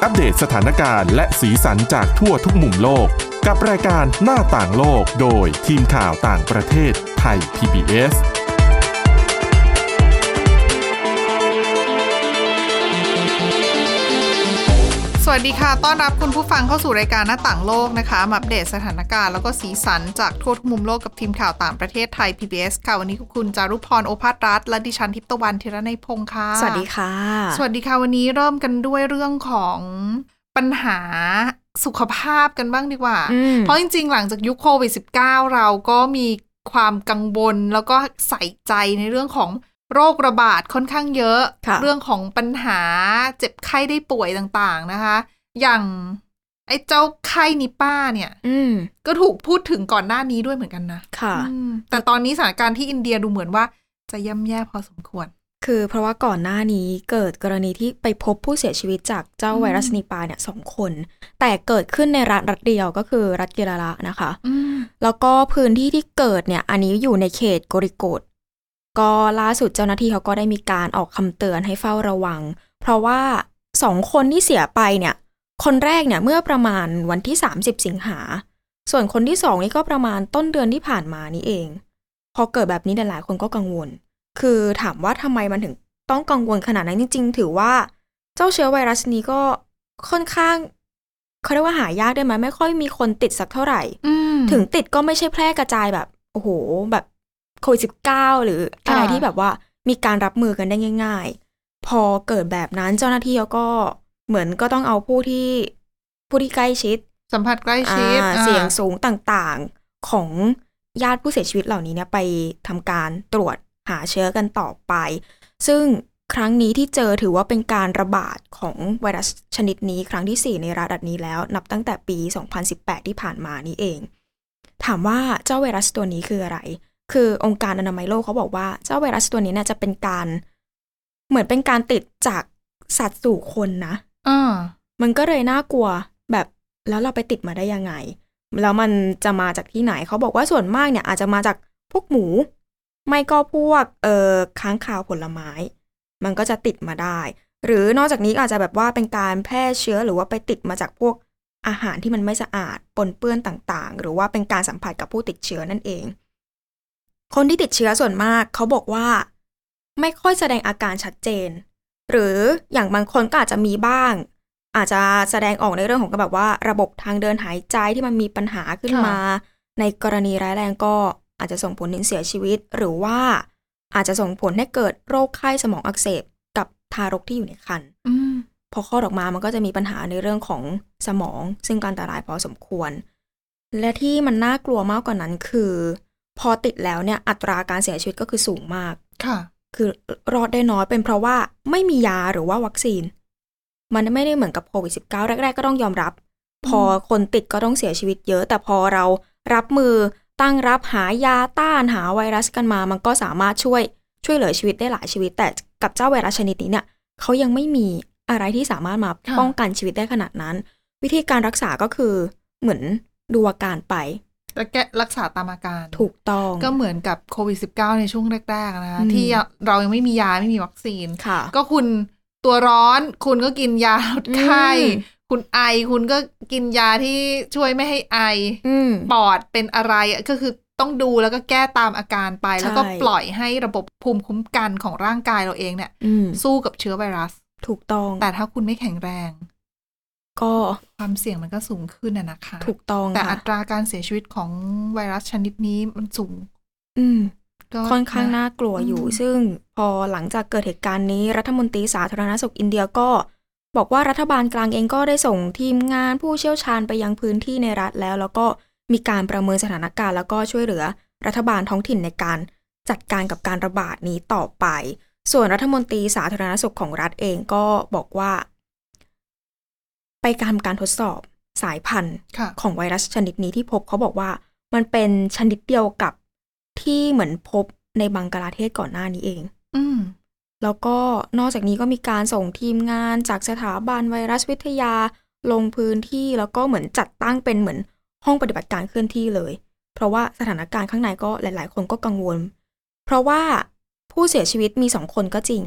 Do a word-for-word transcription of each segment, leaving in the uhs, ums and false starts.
อัปเดตสถานการณ์และสีสันจากทั่วทุกมุมโลกกับรายการหน้าต่างโลกโดยทีมข่าวต่างประเทศไทย พี บี เอสสวัสดีค่ะต้อนรับคุณผู้ฟังเข้าสู่รายการหน้าต่างโลกนะคะมาอัปเดตสถานการณ์แล้วก็สีสันจากทั่วทุกมุมโลกกับทีมข่าวต่างประเทศไทย พี บี เอส ค่ะวันนี้คุณจารุพรโอภาสรัตน์และดิฉันทิพย์ตะวันธีรนัยพงค์ค่ะสวัสดีค่ะสวัสดีค่ะวันนี้เริ่มกันด้วยเรื่องของปัญหาสุขภาพกันบ้างดีกว่าเพราะจริงๆหลังจากยุคโควิด สิบเก้า เราก็มีความกังวลแล้วก็ใส่ใจในเรื่องของโรคระบาดค่อนข้างเยอะเรื่องของปัญหาเจ็บไข้ได้ป่วยต่างๆนะคะอย่างไอ้เจ้าไข้นิป้าเนี่ยก็ถูกพูดถึงก่อนหน้านี้ด้วยเหมือนกันนะค่ะแต่ตอนนี้สถานการณ์ที่อินเดียดูเหมือนว่าจะย่ำแย่พอสมควรคือเพราะว่าก่อนหน้านี้เกิดกรณีที่ไปพบผู้เสียชีวิตจากเจ้าไวรัสนิปาเนี่ยสองคนแต่เกิดขึ้นในรัฐรัฐเดียวก็คือรัฐเกราลานะคะแล้วก็พื้นที่ที่เกิดเนี่ยอันนี้อยู่ในเขตโกริโกดก็ล่าสุดเจ้าหน้าที่เขาก็ได้มีการออกคำเตือนให้เฝ้าระวังเพราะว่าสองคนที่เสียไปเนี่ยคนแรกเนี่ยเมื่อประมาณวันที่สามสิบสิงหาส่วนคนที่สองนี่ก็ประมาณต้นเดือนที่ผ่านมานี่เองพอเกิดแบบนี้หลายคนก็กังวลคือถามว่าทำไมมันถึงต้องกังวลขนาดนั้นจริงๆถือว่าเจ้าเชื้อไวรัสนี้ก็ค่อนข้างเขาเรียกว่าหายากได้ไหมไม่ค่อยมีคนติดสักเท่าไหร่ถึงติดก็ไม่ใช่แพร่กระจายแบบโอ้โหแบบโควิด สิบเก้า หรืออะไรที่แบบว่ามีการรับมือกันได้ง่ายๆพอเกิดแบบนั้นเจ้าหน้าที่เขาก็เหมือนก็ต้องเอาผู้ที่ผู้ที่ใกล้ชิดสัมผัสใกล้ชิดเสี่ยงสูงต่างๆของญาติผู้เสียชีวิตเหล่านี้เนี่ยไปทำการตรวจหาเชื้อกันต่อไปซึ่งครั้งนี้ที่เจอถือว่าเป็นการระบาดของไวรัสชนิดนี้ครั้งที่สี่ในรัฐนี้แล้วนับตั้งแต่ปีสองพันสิบแปดที่ผ่านมานี้เองถามว่าเจ้าไวรัสตัวนี้คืออะไรคือองค์การอนามัยโลกเขาบอกว่าเจ้าไวรัสตัวนี้เนี่ยจะเป็นการเหมือนเป็นการติดจากสัตว์สู่คนนะอ่ามันก็เลยน่ากลัวแบบแล้วเราไปติดมาได้ยังไงแล้วมันจะมาจากที่ไหนเขาบอกว่าส่วนมากเนี่ยอาจจะมาจากพวกหมูไม่ก็พวกเอ่อค้างคาวผลไม้มันก็จะติดมาได้หรือนอกจากนี้อาจจะแบบว่าเป็นการแพร่เชื้อหรือว่าไปติดมาจากพวกอาหารที่มันไม่สะอาดปนเปื้อนต่างๆหรือว่าเป็นการสัมผัสกับผู้ติดเชื้อนั่นเองคนที่ติดเชื้อส่วนมากเขาบอกว่าไม่ค่อยแสดงอาการชัดเจนหรืออย่างบางคนก็อาจจะมีบ้างอาจจะแสดงออกในเรื่องของแบบว่าระบบทางเดินหายใจที่มันมีปัญหาขึ้นมาในกรณีร้ายแรงก็อาจจะส่งผลถึงเสียชีวิตหรือว่าอาจจะส่งผลให้เกิดโรคไข้สมองอักเสบกับทารกที่อยู่ในครรภ์พอคลอดออกมามันก็จะมีปัญหาในเรื่องของสมองซึ่งอันตรายพอสมควรและที่มันน่ากลัวมากกว่านั้นคือพอติดแล้วเนี่ยอัตราการเสียชีวิตก็คือสูงมากค่ะคือรอดได้น้อยเป็นเพราะว่าไม่มียาหรือว่าวัคซีนมันไม่ได้เหมือนกับโควิด สิบเก้า แรกๆก็ต้องยอมรับพอคนติดก็ต้องเสียชีวิตเยอะแต่พอเรารับมือตั้งรับหายาต้านหาไวรัสกันมามันก็สามารถช่วยช่วยเหลือชีวิตได้หลายชีวิตแต่กับเจ้าไวรัสชนิดนี้เนี่ยเขายังไม่มีอะไรที่สามารถมาป้องกันชีวิตได้ขนาดนั้นวิธีการรักษาก็คือเหมือนดูอาการไปแล้วแก้รักษาตามอาการถูกต้องก็เหมือนกับโควิด สิบเก้า ในช่วงแรกๆนะคะที่เรายังไม่มียาไม่มีวัคซีนก็คุณตัวร้อนคุณก็กินยาลดไข้คุณไอคุณก็กินยาที่ช่วยไม่ให้ไอปอดเป็นอะไรก็คือต้องดูแล้วก็แก้ตามอาการไปแล้วก็ปล่อยให้ระบบภูมิคุ้มกันของร่างกายเราเองเนี่ยสู้กับเชื้อไวรัสถูกต้องแต่ถ้าคุณไม่แข็งแรงก็ความเสี่ยงมันก็สูงขึ้นน่ะนะคะถูกต้องแต่อัตราการเสียชีวิตของไวรัสชนิดนี้มันสูงอืมค่อนข้างน่ากลัวอยู่ซึ่งพอหลังจากเกิดเหตุการณ์นี้รัฐมนตรีสาธารณสุขอินเดียก็บอกว่ารัฐบาลกลางเองก็ได้ส่งทีมงานผู้เชี่ยวชาญไปยังพื้นที่ในรัฐแล้วแล้วก็มีการประเมินสถานการณ์แล้วก็ช่วยเหลือรัฐบาลท้องถิ่นในการจัดการกับการระบาดนี้ต่อไปส่วนรัฐมนตรีสาธารณสุขของรัฐเองก็บอกว่าไปการการทดสอบสายพันธุ์ของไวรัสชนิดนี้ที่พบเขาบอกว่ามันเป็นชนิดเดียวกับที่เหมือนพบในบังกลาเทศก่อนหน้านี้เองอืมแล้วก็นอกจากนี้ก็มีการส่งทีมงานจากสถาบันไวรัสวิทยาลงพื้นที่แล้วก็เหมือนจัดตั้งเป็นเหมือนห้องปฏิบัติการเคลื่อนที่เลยเพราะว่าสถานการณ์ข้างในก็หลายๆคนก็กังวลเพราะว่าผู้เสียชีวิตมีสองคนก็จริง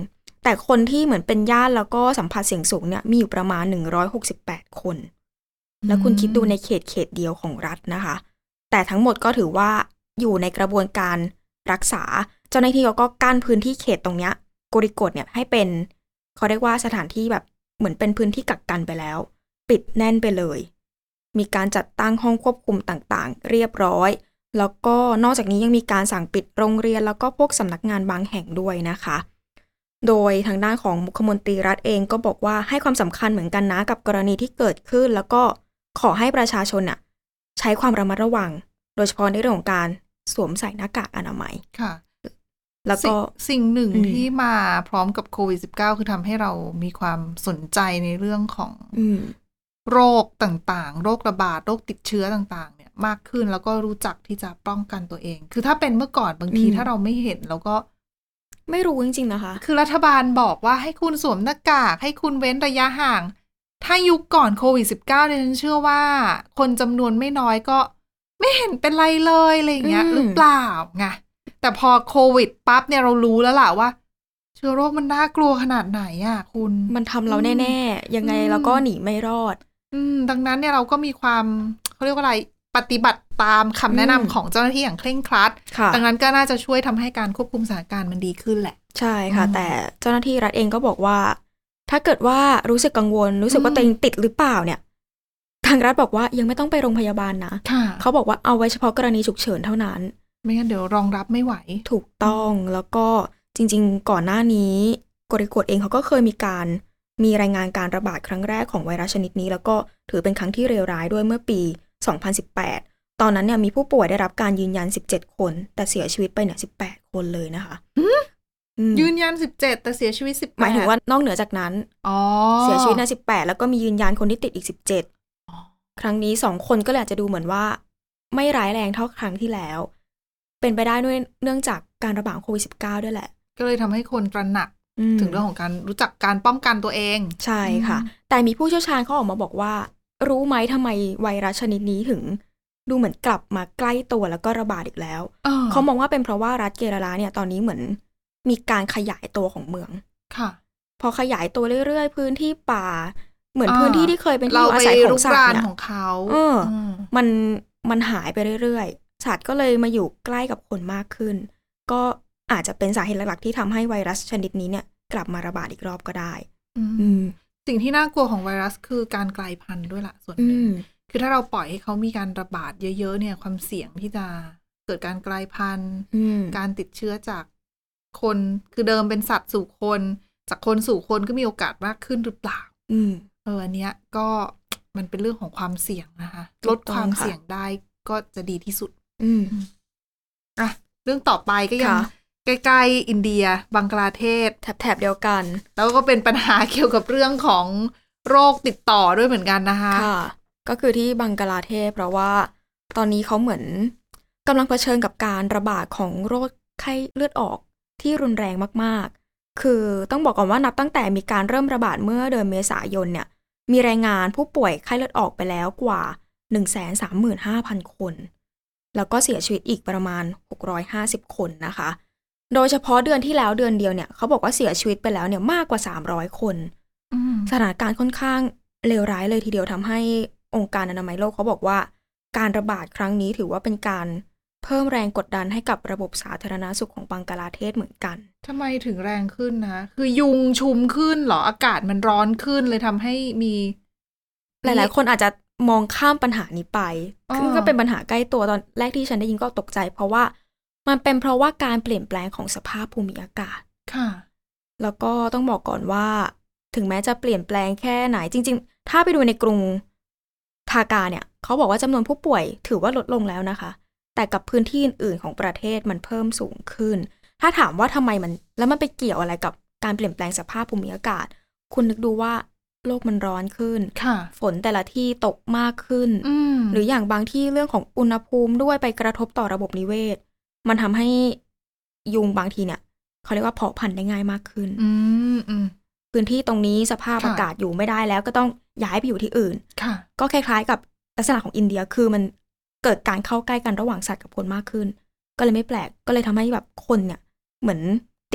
แต่คนที่เหมือนเป็นญาติแล้วก็สัมผัสเสี่ยงสูงเนี่ยมีอยู่ประมาณหนึ่งร้อยหกสิบแปดคนแล้วคุณคิดดูในเขตเขตเดียวของรัฐนะคะแต่ทั้งหมดก็ถือว่าอยู่ในกระบวนการรักษาเจ้าหน้าที่ก็กั้นพื้นที่เขตตรงเนี้ยโกริโกะเนี่ยให้เป็นเขาเรียกว่าสถานที่แบบเหมือนเป็นพื้นที่กักกันไปแล้วปิดแน่นไปเลยมีการจัดตั้งห้องควบคุมต่างๆเรียบร้อยแล้วก็นอกจากนี้ยังมีการสั่งปิดโรงเรียนแล้วก็พวกสำนักงานบางแห่งด้วยนะคะโดยทางด้านของมุขมนตรีรัฐเองก็บอกว่าให้ความสำคัญเหมือนกันนะกับกรณีที่เกิดขึ้นแล้วก็ขอให้ประชาชนน่ะใช้ความระมัดระวังโดยเฉพาะในเรื่องของการสวมใส่หน้ากากอนามัยค่ะแล้วก็ส, สิ่งหนึ่งที่มาพร้อมกับโควิด สิบเก้า คือทำให้เรามีความสนใจในเรื่องของโรคต่างๆโรคระบาดโรคติดเชื้อต่างๆเนี่ยมากขึ้นแล้วก็รู้จักที่จะป้องกันตัวเองคือถ้าเป็นเมื่อก่อนบางทีถ้าเราไม่เห็นเราก็ไม่รู้จริงๆนะคะคือรัฐบาลบอกว่าให้คุณสวมหน้ากากให้คุณเว้นระยะห่างถ้ายุคก่อนโควิด สิบเก้า เนี่ยฉันเชื่อว่าคนจำนวนไม่น้อยก็ไม่เห็นเป็นไรเลยอะไรอย่างเงี้ยหรือเปล่าไงแต่พอโควิดปั๊บเนี่ยเรารู้แล้วล่ะว่าเชื้อโรคมันน่ากลัวขนาดไหนอ่ะคุณมันทำเราแน่ๆยังไงเราก็หนีไม่รอดอืมดังนั้นเนี่ยเราก็มีความเขาเรียกว่าอะไรปฏิบัติตามคำแนะนำของเจ้าหน้าที่อย่างเคร่งครัดดังนั้นก็น่าจะช่วยทำให้การควบคุมสถานการณ์มันดีขึ้นแหละใช่ค่ะแต่เจ้าหน้าที่รัฐเองก็บอกว่าถ้าเกิดว่ารู้สึกกังวลรู้สึกว่าตัวเองติดหรือเปล่าเนี่ยทางรัฐบอกว่ายังไม่ต้องไปโรงพยาบาลนะเขาบอกว่าเอาไว้เฉพาะกรณีฉุกเฉินเท่านั้นไม่งั้นเดี๋ยวรองรับไม่ไหวถูกต้องแล้วก็จริงๆก่อนหน้านี้โกริโกะเองเขาก็เคยมีการมีรายงานการระบาดครั้งแรกของไวรัสชนิดนี้แล้วก็ถือเป็นครั้งที่เลวร้ายด้วยเมื่อปีสองพันสิบแปดตอนนั้นเนี่ยมีผู้ป่วยได้รับการยืนยันสิบเจ็ดคนแต่เสียชีวิตไปเนี่ยสิบแปดคนเลยนะคะยืนยันสิบเจ็ดแต่เสียชีวิตสิบแปดหมายถึงว่านอกเหนือจากนั้นเสียชีวิตนะสิบแปดแล้วก็มียืนยันคนที่ติดอีกสิบเจ็ดครั้งนี้สองคนก็เลยอาจจะดูเหมือนว่าไม่ร้ายแรงเท่าครั้งที่แล้วเป็นไปได้ด้วยเนื่องจากการระบาดโควิด สิบเก้า ด้วยแหละก็เลยทำให้คนตระหนักถึงเรื่องของการรู้จักการป้องกันตัวเองใช่ค่ะแต่มีผู้เชี่ยวชาญเขาออกมาบอกว่ารู้ไหมทำไมไวรัสชนิดนี้ถึงดูเหมือนกลับมาใกล้ตัวแล้วก็ระบาดอีกแล้วเขามองว่าเป็นเพราะว่ารัฐเกเรลาเนี่ยตอนนี้เหมือนมีการขยายตัวของเมืองค่ะพอขยายตัวเรื่อยๆพื้นที่ป่าเหมือนพื้นที่ที่เคยเป็นที่อยู่อาศัยของสัตว์เนี่ยของเขาเออมันมันหายไปเรื่อยๆสัตว์ก็เลยมาอยู่ใกล้กับคนมากขึ้นก็อาจจะเป็นสาเหตุหลักๆที่ทำให้ไวรัสชนิดนี้เนี่ยกลับมาระบาดอีกรอบก็ได้สิ่งที่น่ากลัวของไวรัสคือการกลายพันธุ์ด้วยล่ะส่วนหนึ่งคือถ้าเราปล่อยให้เขามีการระบาดเยอะๆเนี่ยความเสี่ยงที่จะเกิดการกลายพันธุ์การติดเชื้อจากคนคือเดิมเป็นสัตว์สู่คนจากคนสู่คนก็มีโอกาสมากขึ้นหรือเปล่าเอออันเนี้ยก็มันเป็นเรื่องของความเสี่ยงนะคะลดความเสี่ยงได้ก็จะดีที่สุดอ่ะเรื่องต่อไปก็ยังใกล้ๆอินเดียบังกลาเทศแถบๆเดียวกันแล้วก็เป็นปัญหาเกี่ยวกับเรื่องของโรคติดต่อด้วยเหมือนกันนะคะค่ะก็คือที่บังกลาเทศเพราะว่าตอนนี้เขาเหมือนกำลังเผชิญกับการระบาดของโรคไข้เลือดออกที่รุนแรงมากๆคือต้องบอกก่อนว่านับตั้งแต่มีการเริ่มระบาดเมื่อเดือนเมษายนเนี่ยมีรายงานผู้ป่วยไข้เลือดออกไปแล้วกว่า หนึ่งแสนสามหมื่นห้าพัน คนแล้วก็เสียชีวิตอีกประมาณหกร้อยห้าสิบคนนะคะโดยเฉพาะเดือนที่แล้วเดือนเดียวเนี่ยเขาบอกว่าเสียชีวิตไปแล้วเนี่ยมากกว่าสามร้อยคนสถานการณ์ค่อนข้างเลวร้ายเลยทีเดียวทำให้องค์การอนามัยโลกเขาบอกว่าการระบาดครั้งนี้ถือว่าเป็นการเพิ่มแรงกดดันให้กับระบบสาธารณสุขของบังกลาเทศเหมือนกันทำไมถึงแรงขึ้นนะคือยุงชุมขึ้นเหรออากาศมันร้อนขึ้นเลยทำให้มีหลายๆคนอาจจะมองข้ามปัญหานี้ไปคือก็เป็นปัญหาใกล้ตัวตอนแรกที่ฉันได้ยินก็ตกใจเพราะว่ามันเป็นเพราะว่าการเปลี่ยนแปลงของสภาพภูมิอากาศค่ะแล้วก็ต้องบอกก่อนว่าถึงแม้จะเปลี่ยนแปลงแค่ไหนจริงๆถ้าไปดูในกรุงทากาเนี่ยเขาบอกว่าจำนวนผู้ป่วยถือว่าลดลงแล้วนะคะแต่กับพื้นที่อื่นๆของประเทศมันเพิ่มสูงขึ้นถ้าถามว่าทำไมมันแล้วมันไปเกี่ยวอะไรกับการเปลี่ยนแปลงสภาพภูมิอากาศคุณนึกดูว่าโลกมันร้อนขึ้นฝนแต่ละที่ตกมากขึ้นหรืออย่างบางที่เรื่องของอุณหภูมิด้วยไปกระทบต่อระบบนิเวศมันทำให้ยุงบางทีเนี่ยเขาเรียกว่าเพาะพันธุ์ได้ง่ายมากขึ้นพื้นที่ตรงนี้สภาพอากาศอยู่ไม่ได้แล้วก็ต้องย้ายไปอยู่ที่อื่นก็คล้ายๆกับลักษณะของอินเดียคือมันเกิดการเข้าใกล้กันระหว่างสัตว์กับคนมากขึ้นก็เลยไม่แปลกก็เลยทำให้แบบคนเนี่ยเหมือนติด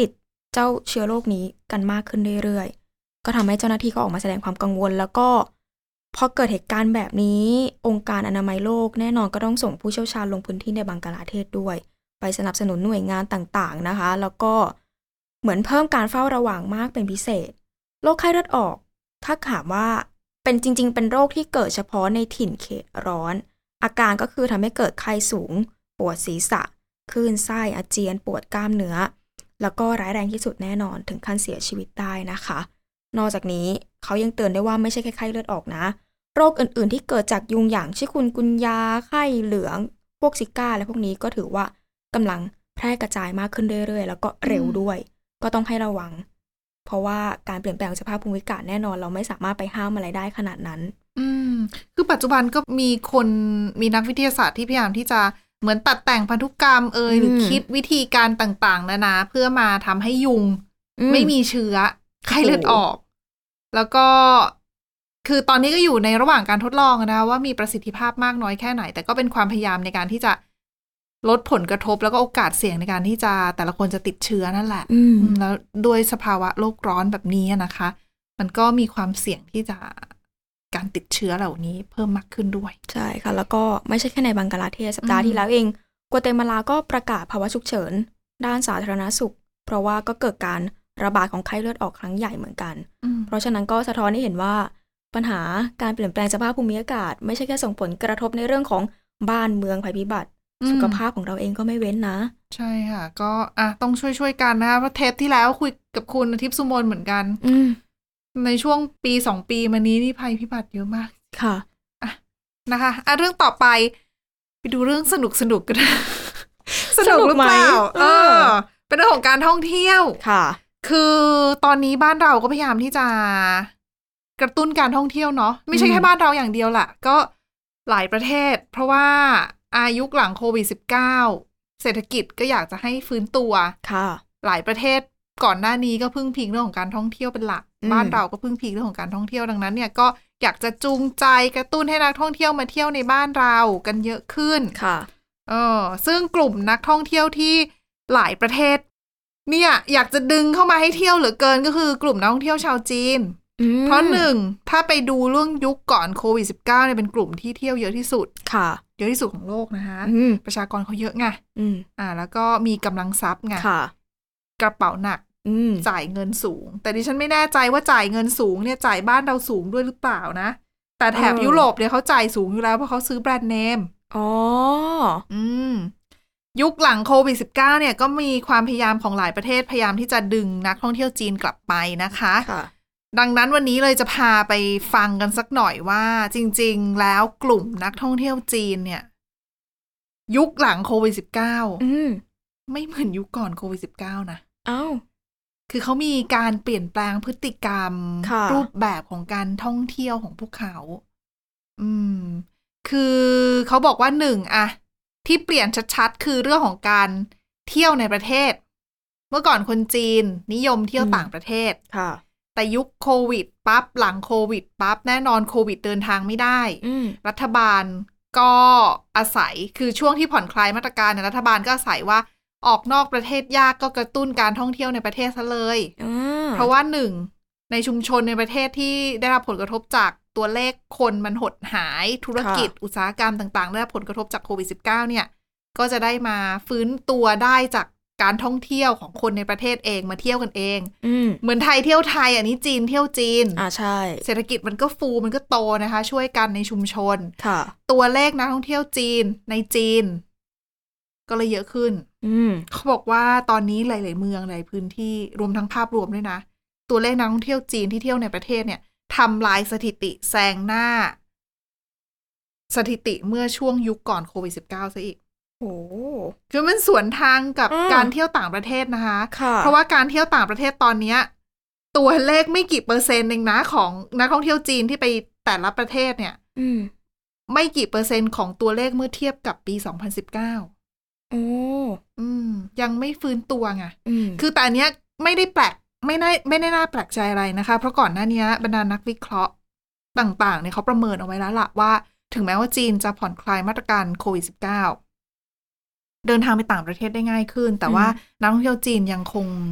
เจ้าเชื้อโรคนี้กันมากขึ้นเรื่อยๆก็ทำให้เจ้าหน้าที่ก็ออกมาแสดงความกังวลแล้วก็พอเกิดเหตุการณ์แบบนี้องค์การอนามัยโลกแน่นอนก็ต้องส่งผู้เชี่ยวชาญลงพื้นที่ในบังกลาเทศด้วยไปสนับสนุนหน่วยงานต่างๆนะคะแล้วก็เหมือนเพิ่มการเฝ้าระวังมากเป็นพิเศษโรคไข้เลือดออกถ้าถามว่าเป็นจริงๆเป็นโรคที่เกิดเฉพาะในถิ่นเขตร้อนอาการก็คือทำให้เกิดไข้สูงปวดศีรษะคลื่นไส้อาเจียนปวดกล้ามเนื้อแล้วก็ร้ายแรงที่สุดแน่นอนถึงขั้นเสียชีวิตได้นะคะนอกจากนี้เขายังเตือนได้ว่าไม่ใช่แค่ไข้เลือดออกนะโรคอื่นๆที่เกิดจากยุงอย่างชิคุนกุนยาไข้เหลืองพวกซิก้าและพวกนี้ก็ถือว่ากำลังแพร่กระจายมากขึ้นเรื่อยๆแล้วก็เร็วด้วยก็ต้องให้ระวังเพราะว่าการเปลี่ยนแปลงสภาพภูมิอากาศแน่นอนเราไม่สามารถไปห้ามอะไรได้ขนาดนั้นอืมคือปัจจุบันก็มีคนมีนักวิทยาศาสตร์ที่พยายามที่จะเหมือนตัดแต่งพันธุกรรมเอยหรือคิดวิธีการต่างๆนานาเพื่อมาทำให้ยุงไม่มีเชื้อไข้เลือดออกแล้วก็คือตอนนี้ก็อยู่ในระหว่างการทดลองนะว่ามีประสิทธิภาพมากน้อยแค่ไหนแต่ก็เป็นความพยายามในการที่จะลดผลกระทบแล้วก็โอกาสเสี่ยงในการที่จะแต่ละคนจะติดเชื้อนั่นแหละแล้วด้วยสภาวะโลกร้อนแบบนี้นะคะมันก็มีความเสี่ยงที่จะการติดเชื้อเหล่านี้เพิ่มมากขึ้นด้วยใช่ค่ะแล้วก็ไม่ใช่แค่ในบังกลาเทศสัปดาห์ที่แล้วเองกัวเตมาลาก็ประกาศภาวะฉุกเฉินด้านสาธารณสุขเพราะว่าก็เกิดการระบาดของไข้เลือดออกครั้งใหญ่เหมือนกันเพราะฉะนั้นก็สะท้อนให้เห็นว่าปัญหาการเปลี่ยนแปลงสภาพภูมิอากาศไม่ใช่แค่ส่งผลกระทบในเรื่องของบ้านเมืองภัยพิบัติสุขภาพของเราเองก็ไม่เว้นนะใช่ค่ะก็อ่ะต้องช่วยๆกันนะคะเพราะเทปที่แล้วคุยกับคุณอาทิตย์สุมนเหมือนกันในช่วงปีสองปีมานี้นี่ภัยพิบัติเยอะมากค่ะอ่ะนะคะอ่ะเรื่องต่อไปไปดูเรื่องสนุกสนุกกันสนุกหรือเปล่าเออเป็นเรื่องของการท่องเที่ยวค่ะคือตอนนี้บ้านเราก็พยายามที่จะกระตุ้นการท่องเที่ยวเนาะไม่ใช่แค่บ้านเราอย่างเดียวแหละก็หลายประเทศเพราะว่าอายุหลังโควิด สิบเก้า เศรษฐกิจก็อยากจะให้ฟื้นตัวค่ะหลายประเทศก่อนหน้านี้ก็พึ่งพิงเรื่องของการท่องเที่ยวเป็นหลักบ้านเราก็พึ่งพิงเรื่องของการท่องเที่ยวดังนั้นเนี่ยก็อยากจะจูงใจกระตุ้นให้นักท่องเที่ยวมาเที่ยวในบ้านเรากันเยอะขึ้นค่ะเออซึ่งกลุ่มนักท่องเที่ยวที่หลายประเทศเนี่ยอยากจะดึงเข้ามาให้เที่ยวเหลือเกินก็คือกลุ่มนักท่องเที่ยวชาวจีนเพราะหนึ่งถ้าไปดูเรื่องยุคก่อนโควิด สิบเก้า เนี่ยเป็นกลุ่มที่เที่ยวเยอะที่สุดค่ะเยอะที่สุดของโลกนะคะประชากรเขาเยอะไงอ่าแล้วก็มีกำลังทรัพย์ไงกระเป๋าหนักจ่ายเงินสูงแต่ดิฉันไม่แน่ใจว่าจ่ายเงินสูงเนี่ยจ่ายบ้านเราสูงด้วยหรือเปล่านะแต่แถบยุโรปเนี่ยเขาจ่ายสูงอยู่แล้วเพราะเขาซื้อแบรนด์เนมอ๋ออืมยุคหลังโควิด สิบเก้า เนี่ยก็มีความพยายามของหลายประเทศพยายามที่จะดึงนักท่องเที่ยวจีนกลับไปนะคะดังนั้นวันนี้เลยจะพาไปฟังกันสักหน่อยว่าจริงๆแล้วกลุ่มนักท่องเที่ยวจีนเนี่ยยุคหลังโควิด สิบเก้าอืมไม่เหมือนยุคก่อนโควิด สิบเก้า นะอ้าวคือเขามีการเปลี่ยนแปลงพฤติกรรมรูปแบบของการท่องเที่ยวของพวกเขาอืมคือเขาบอกว่าหนึ่งอะที่เปลี่ยนชัดๆคือเรื่องของการเที่ยวในประเทศเมื่อก่อนคนจีนนิยมเที่ยวต่างประเทศค่ะแต่ยุคโควิดปั๊บหลังโควิดปั๊บแน่นอนโควิดเดินทางไม่ได้รัฐบาลก็อาศัยคือช่วงที่ผ่อนคลายมาตรการเนี่ยรัฐบาลก็อาศัยว่าออกนอกประเทศยากก็กระตุ้นการท่องเที่ยวในประเทศซะเลยเพราะว่าหนึ่งในชุมชนในประเทศที่ได้รับผลกระทบจากตัวเลขคนมันหดหายธุรกิจอุตสาหกรรมต่างๆได้รับผลกระทบจากโควิด สิบเก้า เนี่ยก็จะได้มาฟื้นตัวได้จากการท่องเที่ยวของคนในประเทศเองมาเที่ยวกันเองเหมือนไทยเที่ยวไทยอันนี้จีนเที่ยวจีนอ่าใช่เศรษฐกิจมันก็ฟูมันก็โตนะคะช่วยกันในชุมชนค่ะตัวเลขนักท่องเที่ยวจีนในจีนก็เลยเยอะขึ้นเขาบอกว่าตอนนี้หลายๆเมืองหลายพื้นที่รวมทั้งภาพรวมด้วยนะตัวเลขนักท่องเที่ยวจีนที่เที่ยวในประเทศเนี่ยทำลายสถิติแซงหน้าสถิติเมื่อช่วงยุคก่อนโควิด สิบเก้า ซะอีกโอ้คือมันสวนทางกับการเที่ยวต่างประเทศนะคะเพราะว่าการเที่ยวต่างประเทศตอนนี้ตัวเลขไม่กี่เปอร์เซ็นต์เองนะของนักท่องเที่ยวจีนที่ไปแต่ละประเทศเนี่ยไม่กี่เปอร์เซ็นต์ของตัวเลขเมื่อเทียบกับปีสองพันสิบเก้าโอ้อืมยังไม่ฟื้นตัวไงคือแต่อันเนี้ยไม่ได้แปลกไม่ได้ไม่ได้น่าแปลกใจอะไรนะคะเพราะก่อนหน้านี้บรรดานักวิเคราะห์ต่างๆเนี่ยเขาประเมินเอาไว้แล้วล่ะว่าถึงแม้ว่าจีนจะผ่อนคลายมาตรการโควิด สิบเก้า เดินทางไปต่างประเทศได้ง่ายขึ้นแต่ว่านักท่องเที่ยวจีนยังคง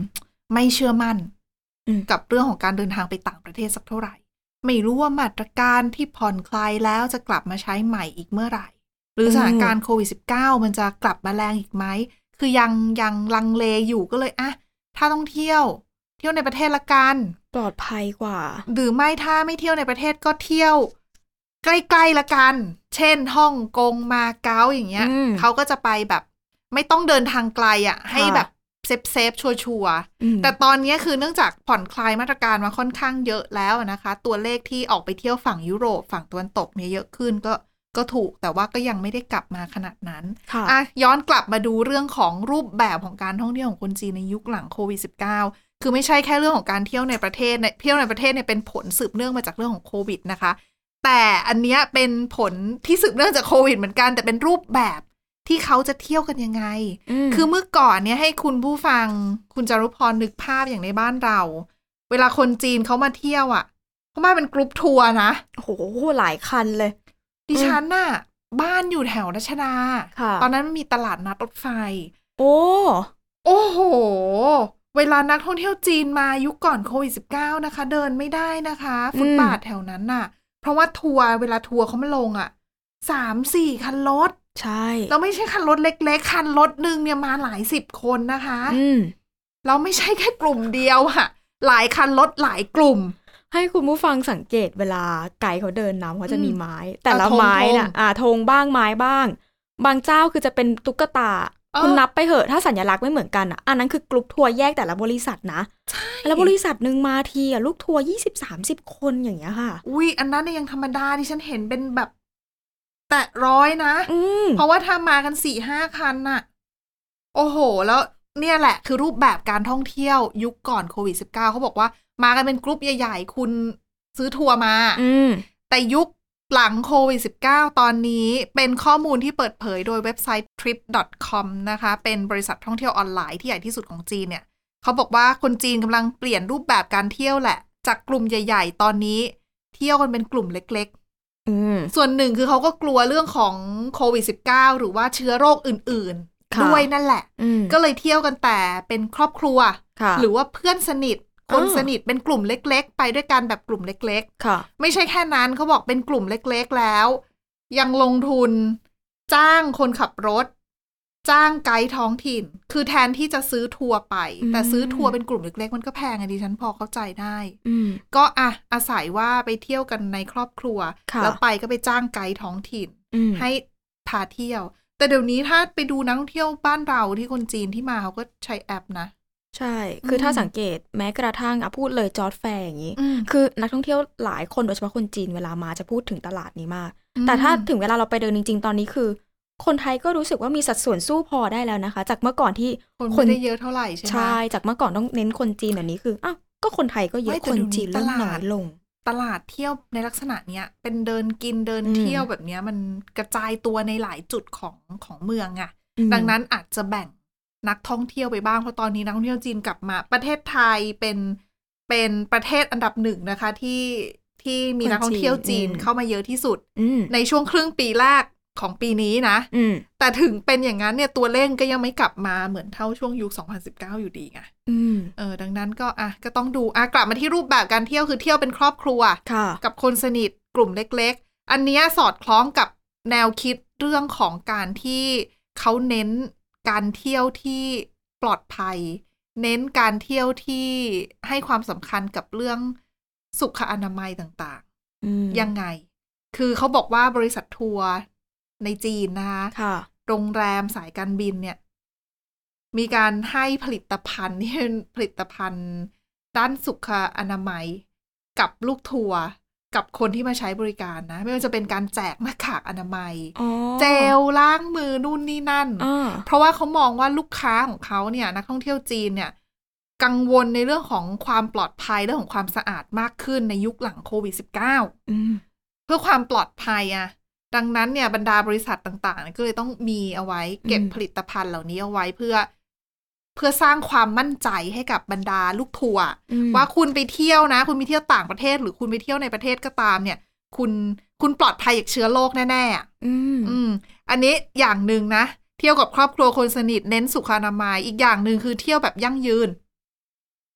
ไม่เชื่อมั่นกับเรื่องของการเดินทางไปต่างประเทศสักเท่าไหร่ไม่รู้ว่ามาตรการที่ผ่อนคลายแล้วจะกลับมาใช้ใหม่อีกเมื่อไหร่หรือสถานการณ์โควิด สิบเก้า มันจะกลับมาแรงอีกไหมคือยังยังลังเลอยู่ก็เลยอะถ้าต้องเที่ยวเที่ยวในประเทศละกันปลอดภัยกว่าหรือไม่ถ้าไม่เที่ยวในประเทศก็เที่ยวใกล้ๆละกันเช่นฮ่องกงมาเก๊าอย่างเงี้ยเขาก็จะไปแบบไม่ต้องเดินทางไกลอ่ะให้แบบเซฟเซฟชัวร์ๆแต่ตอนนี้คือเนื่องจากผ่อนคลายมาตรการมาค่อนข้างเยอะแล้วนะคะตัวเลขที่ออกไปเที่ยวฝั่งยุโรปฝั่งตะวันตกเนี่ยเยอะขึ้นก็ก็ถูกแต่ว่าก็ยังไม่ได้กลับมาขนาดนั้นอ่ะย้อนกลับมาดูเรื่องของรูปแบบของการท่องเที่ยวของคนจีนในยุคหลังโควิด สิบเก้า คือไม่ใช่แค่เรื่องของการเที่ยวในประเทศเที่ยวในประเทศเนี่ยเป็นผลสืบเนื่องมาจากเรื่องของโควิดนะคะแต่อันเนี้ยเป็นผลที่สืบเนื่องจากโควิดเหมือนกันแต่เป็นรูปแบบที่เขาจะเที่ยวกันยังไงคือเมื่อก่อนเนี่ยให้คุณผู้ฟังคุณจารุพรนึกภาพอย่างในบ้านเราเวลาคนจีนเขามาเที่ยวอ่ะเขามาเป็นกรุ๊ปทัวร์นะโอ้โหหลายคันเลยดิฉันน่ะบ้านอยู่แถวรัชดาตอนนั้นมันมีตลาดนัดรถไฟโอ้โอ้โหเวลานักท่องเที่ยวจีนมายุคก่อนโควิด สิบเก้า นะคะเดินไม่ได้นะคะฟุตบาทแถวนั้นน่ะเพราะว่าทัวร์เวลาทัวร์เขามาลงอ่ะ สามสี่ คันรถใช่แล้วไม่ใช่คันรถเล็กๆคันรถนึงเนี่ยมาหลายสิบคนนะคะอืมแล้วไม่ใช่แค่กลุ่มเดียวอะหลายคันรถหลายกลุ่มให้คุณผู้ฟังสังเกตเวลาไกด์เขาเดินนำเขาจะมีไม้แต่ละไม้น่ะอ่าธงบ้างไม้บ้างบางเจ้าคือจะเป็นตุ๊กตาคุณนับไปเหอะถ้าสัญลักษณ์ไม่เหมือนกันอ่ะอันนั้นคือกลุ่มทัวร์แยกแต่ละบริษัทนะแล้วบริษัทนึงมาทีอ่ะลูกทัวร์ ยี่สิบ สามสิบ คนอย่างเงี้ยค่ะอุ้ยอันนั้นเนี่ยยังธรรมดาที่ฉันเห็นเป็นแบบแตะร้อยนะเพราะว่าถ้ามากัน สี่ห้า คันน่ะโอ้โหแล้วเนี่ยแหละคือรูปแบบการท่องเที่ยวยุคก่อนโควิด สิบเก้า เขาบอกว่ามากันเป็นกรุ๊ปใหญ่ๆคุณซื้อทัวร์มาแต่ยุคหลังโควิด สิบเก้า ตอนนี้เป็นข้อมูลที่เปิดเผยโดยเว็บไซต์ ทริป ดอท คอม นะคะเป็นบริษัทท่องเที่ยวออนไลน์ที่ใหญ่ที่สุดของจีนเนี่ยเขาบอกว่าคนจีนกำลังเปลี่ยนรูปแบบการเที่ยวแหละจากกลุ่มใหญ่ๆตอนนี้เที่ยวกันเป็นกลุ่มเล็กๆส่วนหนึ่งคือเขาก็กลัวเรื่องของโควิด สิบเก้า หรือว่าเชื้อโรคอื่นๆด้วยนั่นแหละก็เลยเที่ยวกันแต่เป็นครอบครัวหรือว่าเพื่อนสนิทคนสนิทเป็นกลุ่มเล็กๆไปด้วยกันแบบกลุ่มเล็กๆไม่ใช่แค่นั้นเขาบอกเป็นกลุ่มเล็กๆแล้วยังลงทุนจ้างคนขับรถจ้างไกด์ท้องถิ่นคือแทนที่จะซื้อทัวร์ไปแต่ซื้อทัวร์เป็นกลุ่มเล็กๆมันก็แพงไงดิฉันพอเข้าใจได้ก็อ่ะอาศัยว่าไปเที่ยวกันในครอบครัวแล้วไปก็ไปจ้างไกด์ท้องถิ่นให้พาเที่ยวแต่เดี๋ยวนี้ถ้าไปดูนักท่องเที่ยวบ้านเราที่คนจีนที่มาเขาก็ใช้แอปนะใช่คือถ้าสังเกตแม้กระทั่งอ่ะพูดเลยจอร์จแฟร์อย่างนี้คือนักท่องเที่ยวหลายคนโดยเฉพาะคนจีนเวลามาจะพูดถึงตลาดนี้มากแต่ถ้าถึงเวลาเราไปเดินจริงๆตอนนี้คือคนไทยก็รู้สึกว่ามีสัดส่วนสู้พอได้แล้วนะคะจากเมื่อก่อนที่คนไม่ได้เยอะเท่าไหร่ใช่ไหมใช่จากเมื่อก่อนต้องเน้นคนจีนแบบนี้คืออ้าวก็คนไทยก็เยอะคนจีนเริ่มน้อยลงตลาดเที่ยวในลักษณะเนี้ยเป็นเดินกินเดินเที่ยวแบบเนี้ยมันกระจายตัวในหลายจุดของของเมืองอะดังนั้นอาจจะแบ่งนักท่องเที่ยวไปบ้างเพราะตอนนี้นักท่องเที่ยวจีนกลับมาประเทศไทยเป็นเป็นประเทศอันดับหนึ่งนะคะที่ที่มีนักท่องเที่ยวจีนเข้ามาเยอะที่สุดในช่วงครึ่งปีแรกของปีนี้นะแต่ถึงเป็นอย่างนั้นเนี่ยตัวเลขก็ยังไม่กลับมาเหมือนเท่าช่วงยุคสองพันสิบเก้าอยู่ดีไงเออดังนั้นก็อ่ะก็ต้องดูอ่ะกลับมาที่รูปแบบการเที่ยวคือเที่ยวเป็นครอบครัวกับคนสนิทกลุ่มเล็กๆอันนี้สอดคล้องกับแนวคิดเรื่องของการที่เขาเน้นการเที่ยวที่ปลอดภัยเน้นการเที่ยวที่ให้ความสำคัญกับเรื่องสุขอนามัยต่างๆยังไงคือเขาบอกว่าบริษัททัวร์ในจีนนะคะโรงแรมสายการบินเนี่ยมีการให้ผลิตภัณฑ์ที่เป็นผลิตภัณฑ์ด้านสุขอนามัยกับลูกทัวร์กับคนที่มาใช้บริการนะไม่ว่าจะเป็นการแจกหน้ากากอนามัยเจลล้างมือนู่นนี่นั่นเพราะว่าเขามองว่าลูกค้าของเขาเนี่ยนักท่องเที่ยวจีนเนี่ยกังวลในเรื่องของความปลอดภัยเรื่องของความสะอาดมากขึ้นในยุคหลังโควิด สิบเก้า เพื่อความปลอดภัยอ่ะดังนั้นเนี่ยบรรดาบริษัทต่างๆก็เลยต้องมีเอาไว้เก็บผลิตภัณฑ์เหล่านี้เอาไว้เพื่อเพื่อสร้างความมั่นใจให้กับบรรดาลูกทัวร์ว่าคุณไปเที่ยวนะคุณไปเที่ยวต่างประเทศหรือคุณไปเที่ยวในประเทศก็ตามเนี่ยคุณคุณปลอดภัยจากเชื้อโรคแน่ๆอืมอืมอันนี้อย่างหนึ่งนะเที่ยวกับครอบครัวคนสนิทเน้นสุขอนามัยอีกอย่างหนึ่งคือเที่ยวแบบยั่งยืน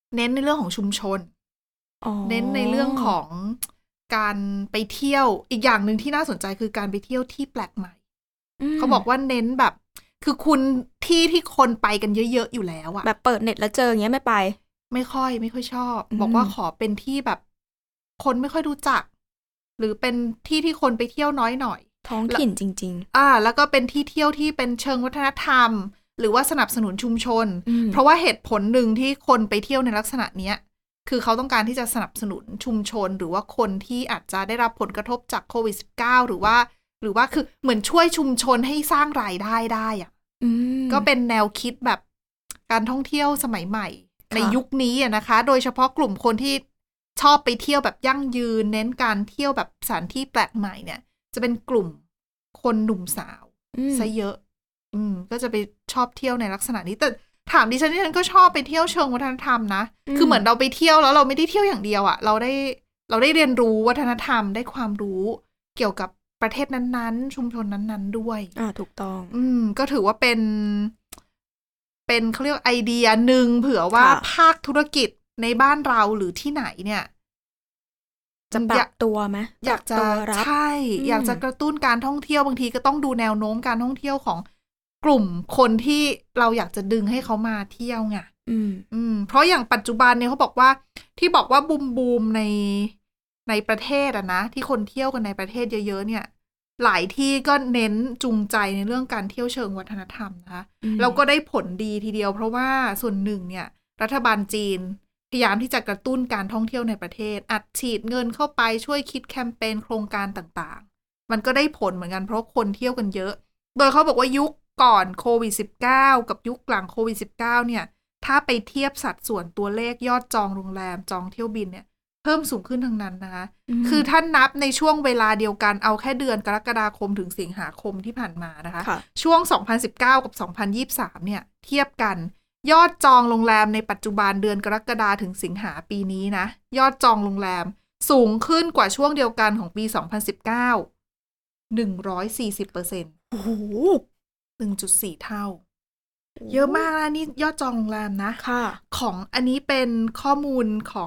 เน้นในเรื่องของชุมชนเน้นในเรื่องของการไปเที่ยวอีกอย่างหนึ่งที่น่าสนใจคือการไปเที่ยวที่แปลกใหม่เขาบอกว่าเน้นแบบคือคุณที่ที่คนไปกันเยอะๆอยู่แล้วอะแบบเปิดเน็ตแล้วเจออย่างเงี้ยไม่ไปไม่ค่อยไม่ค่อยชอบบอกว่าขอเป็นที่แบบคนไม่ค่อยรู้จักหรือเป็นที่ที่คนไปเที่ยวน้อยหน่อยท้องถิ่นจริงๆอ่าแล้วก็เป็นที่เที่ยวที่เป็นเชิงวัฒนธรรมหรือว่าสนับสนุนชุมชนเพราะว่าเหตุผลหนึ่งที่คนไปเที่ยวในลักษณะเนี้ยคือเขาต้องการที่จะสนับสนุนชุมชนหรือว่าคนที่อาจจะได้รับผลกระทบจากโควิด สิบเก้า หรือว่าหรือว่าคือเหมือนช่วยชุมชนให้สร้างรายได้ได้อ่ะก็เป็นแนวคิดแบบการท่องเที่ยวสมัยใหม่ในยุคนี้อ่ะนะคะโดยเฉพาะกลุ่มคนที่ชอบไปเที่ยวแบบยั่งยืนเน้นการเที่ยวแบบสถานที่แปลกใหม่เนี่ยจะเป็นกลุ่มคนหนุ่มสาวซะเยอะอืมก็จะไปชอบเที่ยวในลักษณะนี้แต่ถามดิฉันดิฉันก็ชอบไปเที่ยวเชิงวัฒนธรรมนะคือเหมือนเราไปเที่ยวแล้วเราไม่ได้เที่ยวอย่างเดียวอ่ะเราได้เราได้เรียนรู้วัฒนธรรมได้ความรู้เกี่ยวกับประเทศนั้นๆชุมชนนั้นๆด้วยอ่าถูกต้องอืมก็ถือว่าเป็นเป็นเขาเรียกไอเดียหนึ่งเผื่อว่าภาคธุรกิจในบ้านเราหรือที่ไหนเนี่ยจะปรับตัวไหมอยากจะใช่อยากจะกระตุ้นการท่องเที่ยวบางทีก็ต้องดูแนวโน้มการท่องเที่ยวของกลุ่มคนที่เราอยากจะดึงให้เขามาเที่ยวไงอืมอืมเพราะอย่างปัจจุบันเนี่ยเขาบอกว่าที่บอกว่าบูมบูมในในประเทศอะนะที่คนเที่ยวกันในประเทศเยอะๆเนี่ยหลายที่ก็เน้นจูงใจในเรื่องการเที่ยวเชิงวัฒนธรรมนะคะแล้วก็ได้ผลดีทีเดียวเพราะว่าส่วนหนึ่งเนี่ยรัฐบาลจีนพยายามที่จะกระตุ้นการท่องเที่ยวในประเทศอัดฉีดเงินเข้าไปช่วยคิดแคมเปญโครงการต่างๆมันก็ได้ผลเหมือนกันเพราะคนเที่ยวกันเยอะโดยเขาบอกว่ายุคก่อนโควิด สิบเก้า กับยุคหลังโควิด สิบเก้า เนี่ยถ้าไปเทียบสัดส่วนตัวเลขยอดจองโรงแรมจองเที่ยวบินเนี่ยเพิ่มสูงขึ้นทั้งนั้นนะคะคือท่านนับในช่วงเวลาเดียวกันเอาแค่เดือนกรกฎาคมถึงสิงหาคมที่ผ่านมานะคะช่วงสองพันสิบเก้ากับสองพันยี่สิบสามเนี่ยเทียบกันยอดจองโรงแรมในปัจจุบันเดือนกรกฎาถึงสิงหาปีนี้นะยอดจองโรงแรมสูงขึ้นกว่าช่วงเดียวกันของปีสองพันสิบเก้า หนึ่งร้อยสี่สิบเปอร์เซ็นต์ โอ้โห หนึ่งจุดสี่ เท่าเยอะมากนะนี่ยอดจองโรงแรมนะค่ะของอันนี้เป็นข้อมูลของ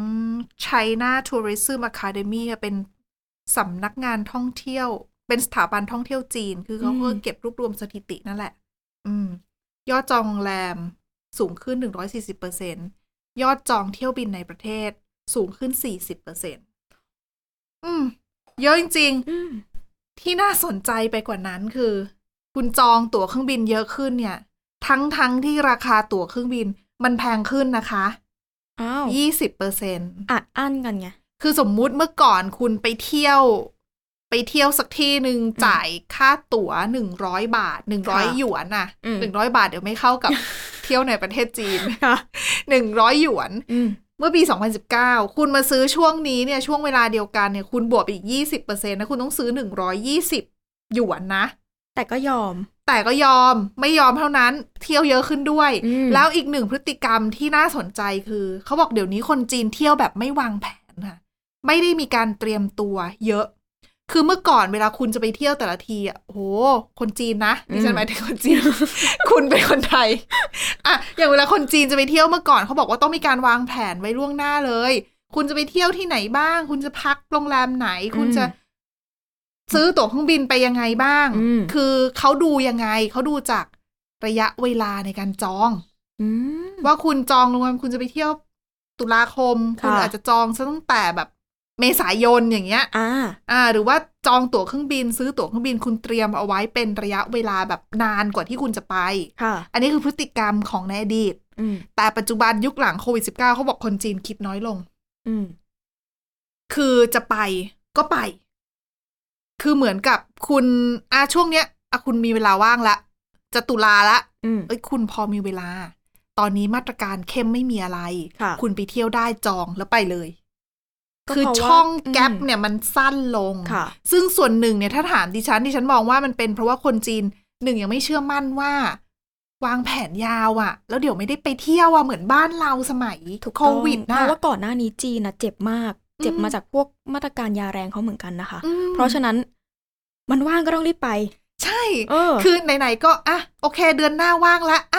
China Tourism Academy เป็นสำนักงานท่องเที่ยวเป็นสถาบันท่องเที่ยวจีนคือเขาก็เก็บรวบรวมสถิตินั่นแหละอืมยอดจองโรงแรมสูงขึ้น หนึ่งร้อยสี่สิบเปอร์เซ็นต์ ยอดจองเที่ยวบินในประเทศสูงขึ้น สี่สิบเปอร์เซ็นต์ อืมเยอะจริงๆที่น่าสนใจไปกว่านั้นคือคุณจองตั๋วเครื่องบินเยอะขึ้นเนี่ยทั้งทั้งที่ราคาตั๋วเครื่องบินมันแพงขึ้นนะคะอ้าว ยี่สิบเปอร์เซ็นต์อัดอั้นกันไงคือสมมุติเมื่อก่อนคุณไปเที่ยวไปเที่ยวสักที่นึงจ่ายค่าตั๋วหนึ่งร้อยบาทหนึ่งร้อยหยวนน่ะหนึ่งร้อยบาทเดี๋ยวไม่เข้ากับเที่ยวในประเทศจีนหนึ่งร้อยหยวนเมื่อปีสองพันสิบเก้าคุณมาซื้อช่วงนี้เนี่ยช่วงเวลาเดียวกันเนี่ยคุณบวกอีก ยี่สิบเปอร์เซ็นต์ นะคุณต้องซื้อหนึ่งร้อยยี่สิบหยวนนะแต่ก็ยอมแต่ก็ยอมไม่ยอมเท่านั้นเที่ยวเยอะขึ้นด้วยแล้วอีกหนึ่งพฤติกรรมที่น่าสนใจคือเขาบอกเดี๋ยวนี้คนจีนเที่ยวแบบไม่วางแผนค่ะไม่ได้มีการเตรียมตัวเยอะคือเมื่อก่อนเวลาคุณจะไปเที่ยวแต่ละทีอ่ะโหคนจีนนะดิฉันหมายถึงคนจีน คุณเป็นคนไทยอ่ะอย่างเวลาคนจีนจะไปเที่ยวเมื่อก่อนเขาบอกว่าต้องมีการวางแผนไว้ล่วงหน้าเลยคุณจะไปเที่ยวที่ไหนบ้างคุณจะพักโรงแรมไหนคุณจะซื้อตั๋วเครื่องบินไปยังไงบ้างคือเขาดูยังไงเขาดูจากระยะเวลาในการจองว่าคุณจองโรงแรมคุณจะไปเที่ยวตุลาคมคุณอาจจะจองซะตั้งแต่แบบเมษายนอย่างเงี้ยอ่าอ่าหรือว่าจองตั๋วเครื่องบินซื้อตั๋วเครื่องบินคุณเตรียมเอาไว้เป็นระยะเวลาแบบนานกว่าที่คุณจะไปค่ะอันนี้คือพฤติกรรมของในอดีตแต่ปัจจุบันยุคหลังโควิด สิบเก้า เขาบอกคนจีนคิดน้อยลงอืมคือจะไปก็ไปคือเหมือนกับคุณอ่ะช่วงเนี้ยอ่ะคุณมีเวลาว่างละจะตุลาละเอ้ยคุณพอมีเวลาตอนนี้มาตรการเข้มไม่มีอะไรคุณไปเที่ยวได้จองแล้วไปเลยคือช่องแก๊ปเนี่ยมันสั้นลงซึ่งส่วนหนึ่งเนี่ยถ้าถามดิฉันดิฉันมองว่ามันเป็นเพราะว่าคนจีนหนึ่งยังไม่เชื่อมั่นว่าวางแผนยาวอ่ะแล้วเดี๋ยวไม่ได้ไปเที่ยวอ่ะเหมือนบ้านเราสมัยโควิดนะเพราะว่าก่อนหน้านี้จีนนะเจ็บมากเจ็บมาจากพวกมาตรการยาแรงเขาเหมือนกันนะคะเพราะฉะนั้นมันว่างก็ต้องรีบไปใช่คือไหนๆก็อ่ะโอเคเดือนหน้าว่างละอ่ะ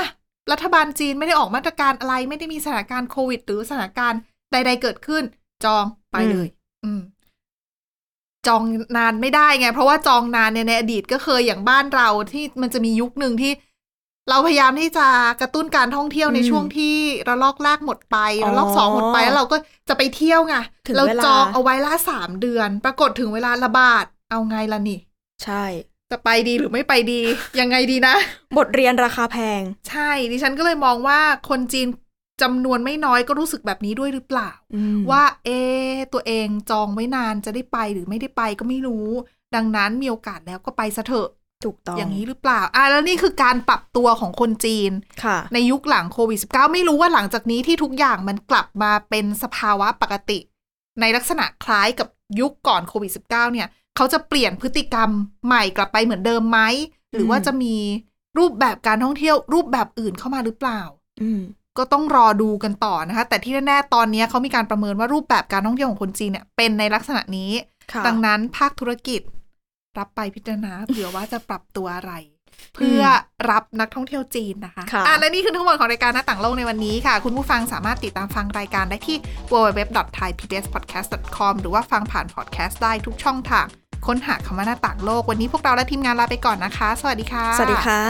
รัฐบาลจีนไม่ได้ออกมาตรการอะไรไม่ได้มีสถานการณ์โควิดหรือสถานการณ์ใดๆเกิดขึ้นจองไปเลยอืมจองนานไม่ได้ไงเพราะว่าจองนานในอดีตก็เคยอย่างบ้านเราที่มันจะมียุคนึงที่เราพยายามที่จะกระตุ้นการท่องเที่ยวในช่วงที่ระลอกแรกหมดไประลอกสองหมดไปแล้วเราก็จะไปเที่ยวไงเราจองเอาไว้ละสามเดือนปรากฏถึงเวลาระบาดเอาไงล่ะนี่ใช่จะไปดีหรือไม่ไปดียังไงดีนะบทเรียนราคาแพงใช่ดิฉันก็เลยมองว่าคนจีนจำนวนไม่น้อยก็รู้สึกแบบนี้ด้วยหรือเปล่าว่าเอตัวเองจองไว้นานจะได้ไปหรือไม่ได้ไปก็ไม่รู้ดังนั้นมีโอกาสแล้วก็ไปซะเถอะถูกต้องอย่างนี้หรือเปล่าอ่ะแล้วนี่คือการปรับตัวของคนจีนในยุคหลังโควิด สิบเก้า ไม่รู้ว่าหลังจากนี้ที่ทุกอย่างมันกลับมาเป็นสภาวะปกติในลักษณะคล้ายกับยุคก่อนโควิด สิบเก้า เนี่ยเขาจะเปลี่ยนพฤติกรรมใหม่กลับไปเหมือนเดิมไหมหรือว่าจะมีรูปแบบการท่องเที่ยวรูปแบบอื่นเข้ามาหรือเปล่าก็ต้องรอดูกันต่อนะคะแต่ที่แน่ๆตอนนี้เขามีการประเมินว่ารูปแบบการท่องเที่ยวของคนจีนเนี่ยเป็นในลักษณะนี้ดังนั้นภาคธุรกิจรับไปพิจารณาเผื่อว่าจะปรับตัวอะไรเพื่อรับนักท่องเที่ยวจีนนะคะอ่ะและนี่คือทั้งหมดของรายการหน้าต่างโลกในวันนี้ค่ะคุณผู้ฟังสามารถติดตามฟังรายการได้ที่ ดับเบิลยู ดับเบิลยู ดับเบิลยู ดอท ไทย พี บี เอส พอดแคสต์ ดอท คอม หรือว่าฟังผ่านพอดแคสต์ได้ทุกช่องทางค้นหาคำว่าหน้าต่างโลกวันนี้พวกเราและทีมงานลาไปก่อนนะคะสวัสดีค่ะสวัสดีค่ะ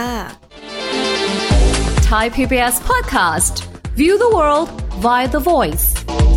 Thai พี บี เอส Podcast View the world via the voice